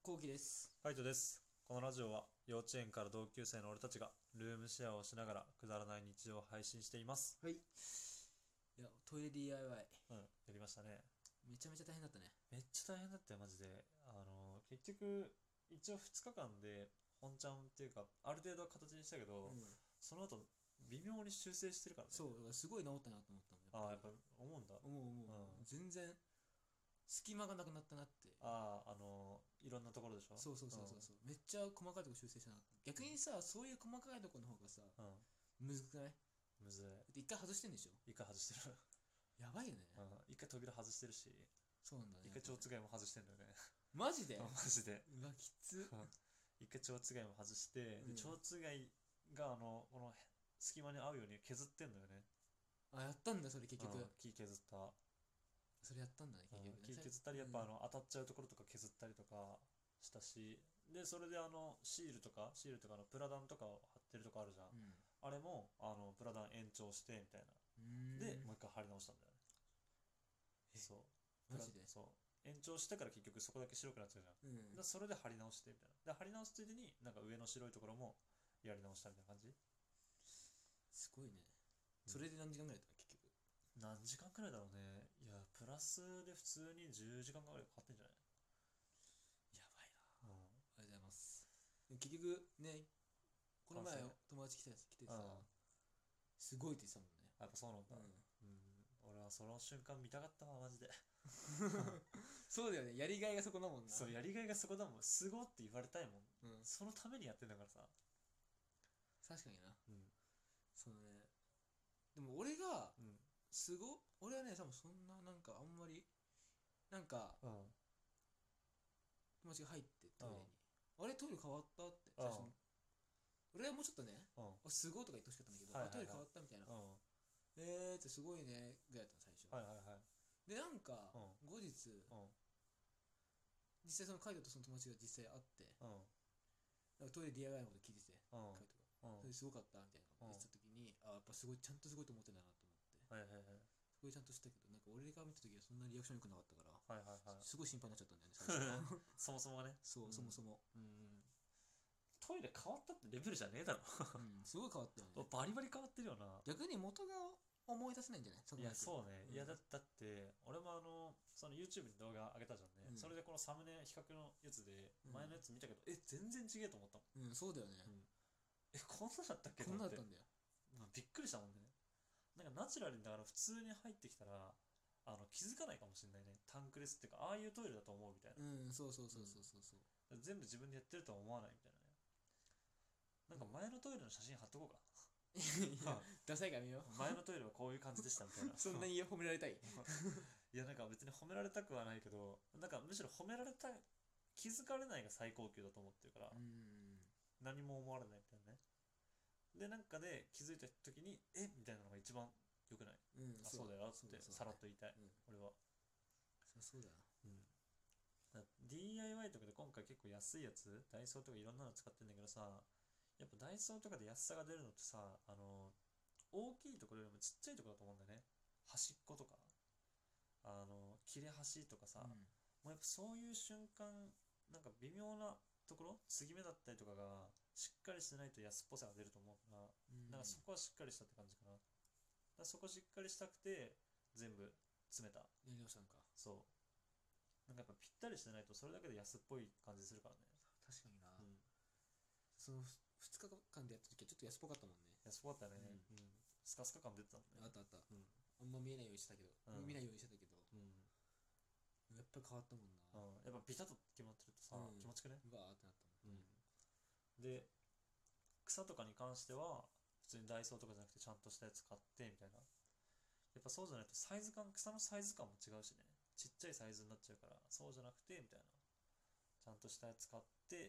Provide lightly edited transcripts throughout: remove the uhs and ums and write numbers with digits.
こうきです。 カイトです。このラジオは幼稚園から同級生の俺たちがルームシェアをしながらくだらない日常を配信しています。 はい。いや、トイレ DIY。 うん、やりましたね。 めちゃめちゃ大変だったね。 めっちゃ大変だったよ、マジで。結局、一応2日間で本ちゃんっていうか、ある程度は形にしたけど、 うん。 その後、微妙に修正してるからね。 そう、だからすごい治ったなと思ったもん、 ああ、やっぱやっぱり。 思うんだ。 思う思う。 うん。 全然、隙間がなくなったなって。 ああ、いろんなところでしょ。 そうそううん。 そうそうそう。めっちゃ細かいとこ修正したな。逆にさ、そういう細かいとこの方がさ、 うん。 むずくない？だむずって一回外してんでしょ？ い。一回外してる。 やばいよね。 うん。一回扉外してるし、 そうなんだね。 一回蝶番も外してんだよね。 マジで？ マジで。 うわ、きつ。 一回蝶番も外して、でうん。 蝶番がこの隙間に合うように削ってんだよね。 あ、やったんだ、それ結局。 木削った。 それやったんだね、結局ね。 木削ったり、やっぱ当たっちゃうところとか削ったりとかしたし、でそれでシールとかのプラダンとかを貼ってるとこあるじゃん。 うん。 あれもプラダン延長してみたいな。 うーん。 でもう一回貼り直したんだよね。 え、 そうマジで？ そう延長してから結局そこだけ白くなっちゃうじゃん。 うん。 それで貼り直してみたいな。で貼り直すついでになんか上の白いところもやり直したみたいな感じ。 すごいね。 うん。 それで何時間ぐらいだったの結局？ 何時間くらいだろうね。いや、プラスで普通に10時間ぐらいかかってんじゃない？ やばいな。 うん。 ありがとうございます。でも結局ね、この前完成。 友達来てさ、 うん。 すごいって言ってたもんね。 やっぱそうなんだ。 ううん。俺はその瞬間見たかったわ、マジで。 ん。そうだよね。やりがいがそこだもんな。 そう、やりがいがそこだもん。すごって言われたいもん。 うん。 そのためにやってんだからさ。 確かにな。 うん。 そうね。でもうん。 俺はね、多分そんな、なんかあんまり、なんか、 うん。 友達が入ってうん。 トイレに。あれ、トイレ変わったって、 うん。 最初に。俺はもうちょっとね、 うん。 すごいとか言ってほしかったんだけど、あ、トイレ変はいはいはい。 わったみたいな。 うん。 ってすごいね、ぐらいだったの、最初。 はいはいはい。 で、なんか、 うん。 後日、 うん。 実際そのカイトとその友達が実際会って、 うん。 なんかトイレ DIY のこと聞いてて、 うん。 カイトが。 うん。 それすごかったみたいなこと言ってた時に、あ、やっぱすごい、ちゃんとすごいと思ってんだなと思って。 はいはいはい。 すごいちゃんとしたけど、なんか俺が見た時はそんなリアクション良くなかったから、 はいはいはい。 すごい心配になっちゃったんだよね、最初。 そもそもがね。 そう、そもそも。 うん。トイレ変わったってレベルじゃねえだろ。 うん、すごい変わったよね。 バリバリ変わってるよな。 逆に元が思い出せないんじゃない？そこいや、 まで。 そうね。いや、 うん。 だって俺もその YouTube に動画上げたじゃんね。 うん。 それでこのサムネ比較のやつで、 うん。 前のやつ見たけど、全然違えと思ったもうん、そうだよね。 ん。うん。こんなだったっけこと思って。 んなだったんだよ。 まあびっくりしたもんね。なんかナチュラルにだから普通に入ってきたら、気づかないかもしれないね。タンクレスっていうか、ああいうトイレだと思うみたいな。 うん、そうそうそうそうそうそう。 全部自分でやってるとは思わないみたいなね。なんか前のトイレの写真貼っとこうかいな。 や、ダサいから見よ前のトイレはこういう感じでしたみたいな。 う。そんなに褒められたい？ いや、なんか別に褒められたくはないけど、なんかむしろ褒められたい、気づかれないが最高級だと思ってるから、 うん。 何も思われないみたいなね。で、なんかで気づいた時に、みたいなのが一番良くない？ うん、 あ、そうだよってそうだそうだね。 さらっと言いたい。 うん。 俺は。 そうだな。 うん。DIY とかで今回結構安いやつ、ダイソーとかいろんなの使ってんだけどさ、やっぱダイソーとかで安さが出るのってさ、大きいところよりもちっちゃいところだと思うんだよね。端っことか、切れ端とかさ、 うん。 もうやっぱそういう瞬間、なんか微妙なところ、継ぎ目だったりとかがしっかりしてないと安っぽさが出ると思うから、 うん。 なんかそこはしっかりしたって感じかな。だからそこしっかりしたくて全部詰めた。 やり直したんか。 そう。なんかやっぱぴったりしてないとそれだけで安っぽい感じするからね。 確かにな。 うん。 その2日間でやった時はちょっと安っぽかったもんね。 安っぽかったね。 うん。 うん。スカスカ感出てたもんね。 あったあった。 うん。 あんま見えないようにしてたけど、 うん。 見ないようにしてたけど、 うん。 やっぱり変わったもんな。 うん。やっぱビタッと決まってるとさ、 うん。 気持ちくね？ うわーってなったもん。 うん。で、草とかに関しては普通にダイソーとかじゃなくてちゃんとしたやつ買ってみたいな。やっぱそうじゃないとサイズ感、草のサイズ感も違うしね。ちっちゃいサイズになっちゃうから、そうじゃなくてみたいな。ちゃんとしたやつ買って、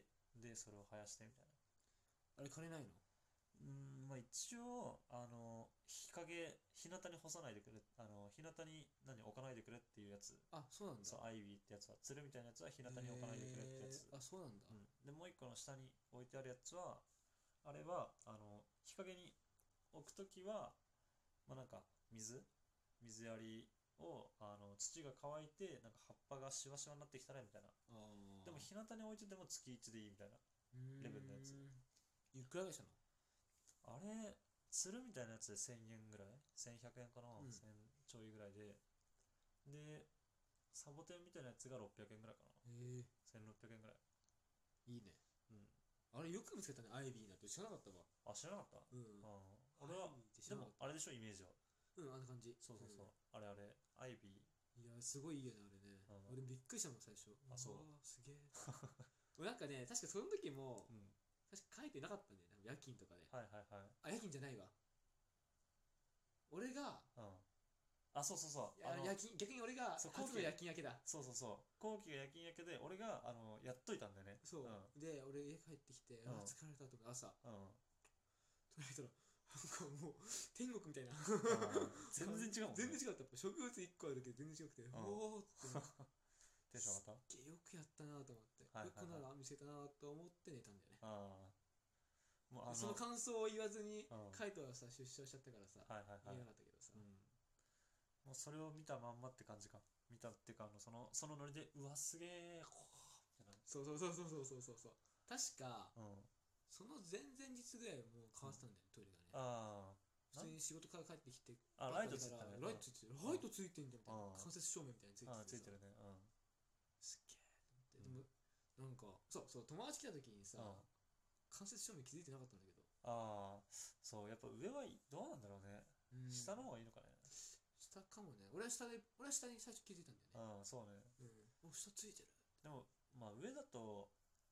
でそれを生やしてみたいな。 あれ金ないの？ まあ一応日向に干さないでくれ、日向に置かないでくれっていうやつ。 あ、そうなんだ。 そう、アイビーってやつは、つるみたいなやつは日向に置かないでくれってやつ。 あ、そうなんだ。 うん。でもう一個の下に置いてあるやつは、あれは日陰に置くときは、まあなんか水やりを土が乾いてなんか葉っぱがシワシワになってきたらみたいな。 ああ。 でも日向に置いてても月1でいいみたいな。レベルのやついくらぐらいしたの？ あれつるみたいなやつで1000円ぐらい、1100円かな、 うん 1000ちょいぐらいで、サボテンみたいなやつが600円ぐらいかな、1600円ぐらい。 いいね。 うん。 あれよく見つけたね、アイビーなんて知らなかったわ。 あ、知らなかった。俺はアイビーって知でらなかった。 もあれでしょ、イメージは。 あんな感じ。 そうそうそう、あれアイビー。 いや、すごいいいよね、あれね。俺びっくりしたもん、最初。 あ、そう。 すげえ。俺なんかね、確かその時も、 うん。 確か書いてなかったんだよね、夜勤とかで。 はいはいはい。 あ、夜勤じゃないわ。俺が、 あ、そうそうそう。 夜勤、逆に俺がそう初の夜勤明けだ。 そうそうそう。後期が夜勤明けで、俺がやっといたんだよね。 そう。で、俺家帰ってきて、疲れたとか朝、 うん。 捉えたら、なんかもう、天国みたいな。 全然違うもんね。 全然違った。植物1個あるけど全然違くて、おーってなって。 テンション上がった？ よくやったなと思って、 はいはいはい、 よくなら見せたなと思って寝たんだよね。 もうその感想を言わずに、カイトはさ、出社しちゃったからさ、 はいはいはい、 言えなかったけどさ、 もうそれを見たまんまって感じか。見たっていうか、そのノリで、うわ、すげえ、みたいな。 そうそうそうそうそうそうそう。確か、その前々日ぐらいもう変わってたんだよね、トイレがね。普通に仕事から帰ってきて、 ライトついてたね。 ライトついてる。ライトついてんじゃんみたいな。間接照明みたいについてて。 ついてるね。 すっげえ。でも、なんか、そうそう、友達来た時にさ、間接照明気づいてなかったんだけど。 そう、やっぱ上はどうなんだろうね。下の方がいいのかね。 下かもね。俺は下に最初気づいたんだよね。 そうね。 下ついてる。 でも、まあ上だと、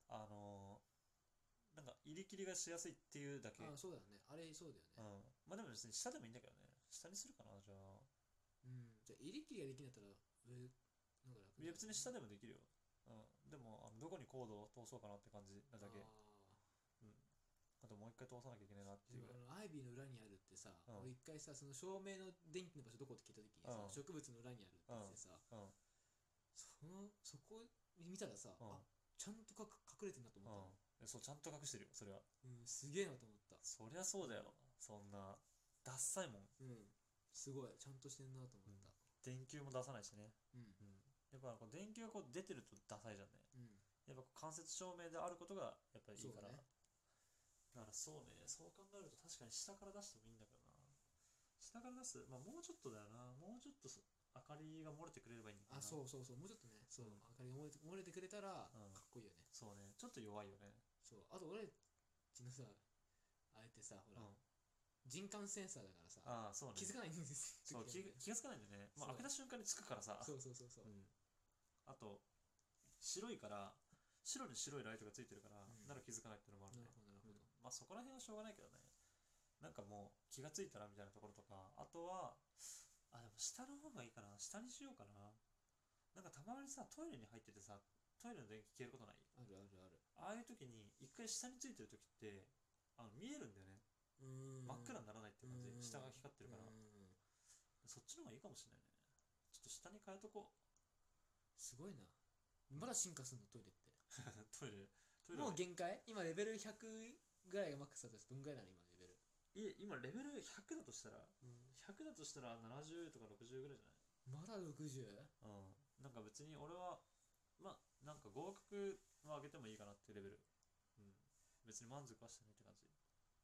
なんか入り切りがしやすいっていうだけ。 そうだよね。あれそうだよね。 まあでも別に下でもいいんだけどね。下にするかな、じゃあ。 じゃあ入り切りができなかったら上のが楽。 いや別に下でもできるよ。でもどこにコードを通そうかなって感じなだけ。あともう一回通さなきゃいけないなっていう。 アイビーの裏にあるってさ、俺一回さ、その照明の電気の場所どこって聞いた時にさ、植物の裏にあるって言ってさ、そこ見たらさ、ちゃんと隠れてんなと思った。 そう、ちゃんと隠してるよ、それは。 すげえなと思った。 そりゃそうだよ。そんなダッサいもん。 すごいちゃんとしてんなと思った。 電球も出さないしね。やっぱ電球がこう出てるとダサいじゃんね。やっぱ間接照明であることがやっぱりいいから。だからそうね、そう考えると確かに下から出してもいいんだけどな。下から出す、まあもうちょっとだよな。もうちょっと明かりが漏れてくれればいいんだけどな。 そうそうそう、もうちょっとね、そう、明かりが漏れてくれたらかっこいいよね。 そうね、ちょっと弱いよね。 そう、あと俺ちのさ、あえてさ、ほら、人感センサーだからさ、 そうね、 気づかないんです。 そう気がつかないんだよね。まあ開けた瞬間につくからさ。 そうそうそうそう。 あと白いから白に白いライトがついてるから、なら気づかないっていうのもあるね。まあそこら辺はしょうがないけどね。なんかもう気がついたらみたいなところとか、あとはでも下の方がいいかな。下にしようかな。なんかたまにさ、トイレに入っててさ、トイレの電気消えることない？ あるあるある。 ああいう時に一回下についてる時って見えるんだよね。真っ暗にならないって感じ。下が光ってるから。そっちの方がいいかもしれないね。ちょっと下に変えとこう。 すごいな。まだ進化するのトイレって。 トイレもう限界？今レベル100ぐらいがマックスだとどんぐらいなの今レベル？ 今レベル100だとしたら、100だとしたら70とか60ぐらいじゃない？ まだ 60？ なんか別に俺はまあなんか合格は上げてもいいかなっていうレベル。別に満足はしてないって感じ。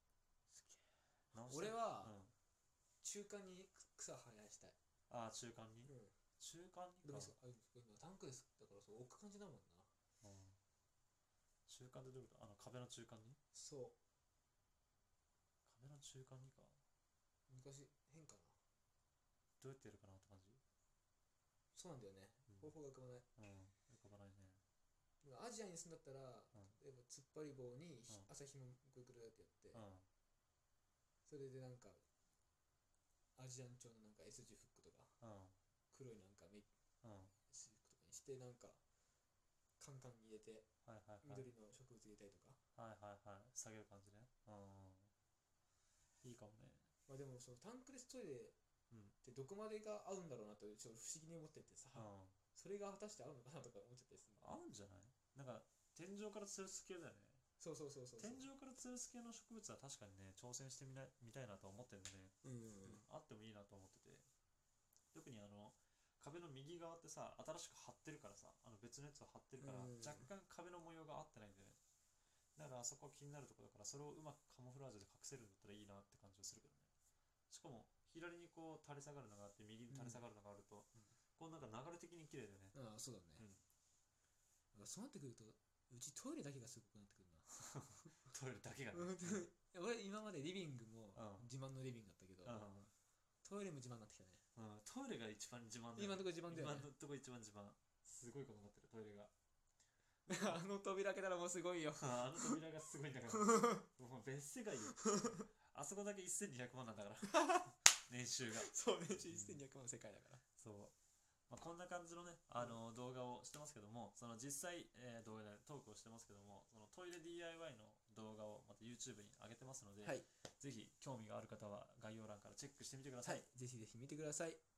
俺は、中間に草生やしたい。 中間に、中間にか。 でも今タンクですだからそう置く感じだもんな。 中間ってどういうこと？壁の中間に？ そう。 壁の中間にか。 昔変かな。 どうやってやるかなって感じ。 そうなんだよね。方法が浮かばない。 浮かばないね。 アジアに住んだったら、例えば突っ張り棒に朝日もくるくるってやって、それでなんかアジアン調のなんか S 字フックとか、黒いなんかS 字フックとかにしてなんかカンカンに入れて、緑の植物入れたりとか。 下げる感じね。いいかもね。 まあでもそのタンクレストイレってどこまでが合うんだろうなとちょっと不思議に思っててさ、それが果たして合うのかなとか思っちゃったりする。 合うんじゃない？なんか天井から吊るす系だよね。 そう。 天井から吊るす系の植物は確かにね、挑戦してみたいなと思ってるんでね。あってもいいなと思ってて。特に壁の右側ってさ、新しく貼ってるからさ、別のやつを貼ってるから、若干壁らあそこは気になるところだから、それをうまくカモフラージュで隠せるんだったらいいなって感じがするけどね。しかも左にこう垂れ下がるのがあって右に垂れ下がるのがあると、こうなんか流れ的に綺麗だよね。 ああそうだね、だからそうなってくるとうちトイレだけがすごくなってくるなトイレだけがね。 俺今までリビングもうん自慢のリビングだったけど、トイレも自慢になってきたね。 トイレが一番自慢だよね。 今のところ自慢だよね。 今のとこ一番自慢。すごいことになってるトイレが。 あの扉開けたらもうすごいよあの扉がすごいんだからもう別世界よ。あそこだけ1200万なんだから年収が。 そう年収1200万の世界だから。 そう、こんな感じのね、動画をしてますけども、その実際、動画でトークをしてますけども、そのトイレ DIY の動画をまた YouTube に上げてますので、 はい、 ぜひ興味がある方は概要欄からチェックしてみてください。 はい、ぜひぜひ見てください。